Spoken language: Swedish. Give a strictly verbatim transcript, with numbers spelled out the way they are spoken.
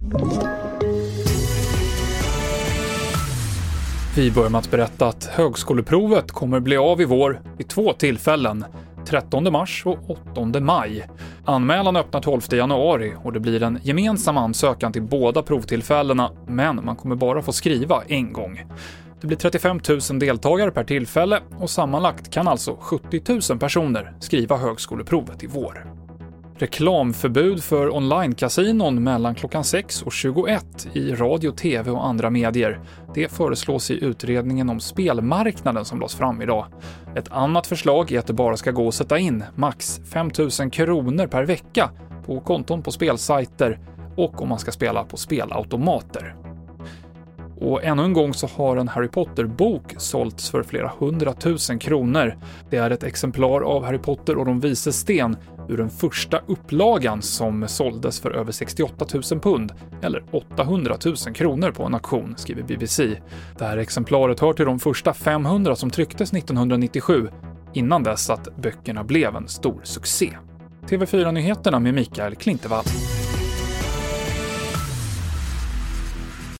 Vi börjar med att berätta att högskoleprovet kommer bli av i vår vid två tillfällen, trettonde mars och åttonde maj. Anmälan öppnar tolfte januari och det blir en gemensam ansökan till båda provtillfällena, men man kommer bara få skriva en gång. Det blir trettiofem tusen deltagare per tillfälle och sammanlagt kan alltså sjuttio tusen personer skriva högskoleprovet i vår. Reklamförbud för online-kasinon mellan klockan sex och tjugoett i radio, tv och andra medier. Det föreslås i utredningen om spelmarknaden som lades fram idag. Ett annat förslag är att det bara ska gå att sätta in max fem tusen kronor per vecka på konton på spelsajter och om man ska spela på spelautomater. Och ännu en gång så har en Harry Potter-bok sålts för flera hundratusen kronor. Det är ett exemplar av Harry Potter och de vises sten ur den första upplagan som såldes för över sextioåtta tusen pund, eller åttahundra tusen kronor på en auktion, skriver B B C. Det här exemplaret hör till de första femhundra som trycktes nittonhundranittiosju, innan dess att böckerna blev en stor succé. T V fyra-nyheterna med Mikael Klintevall.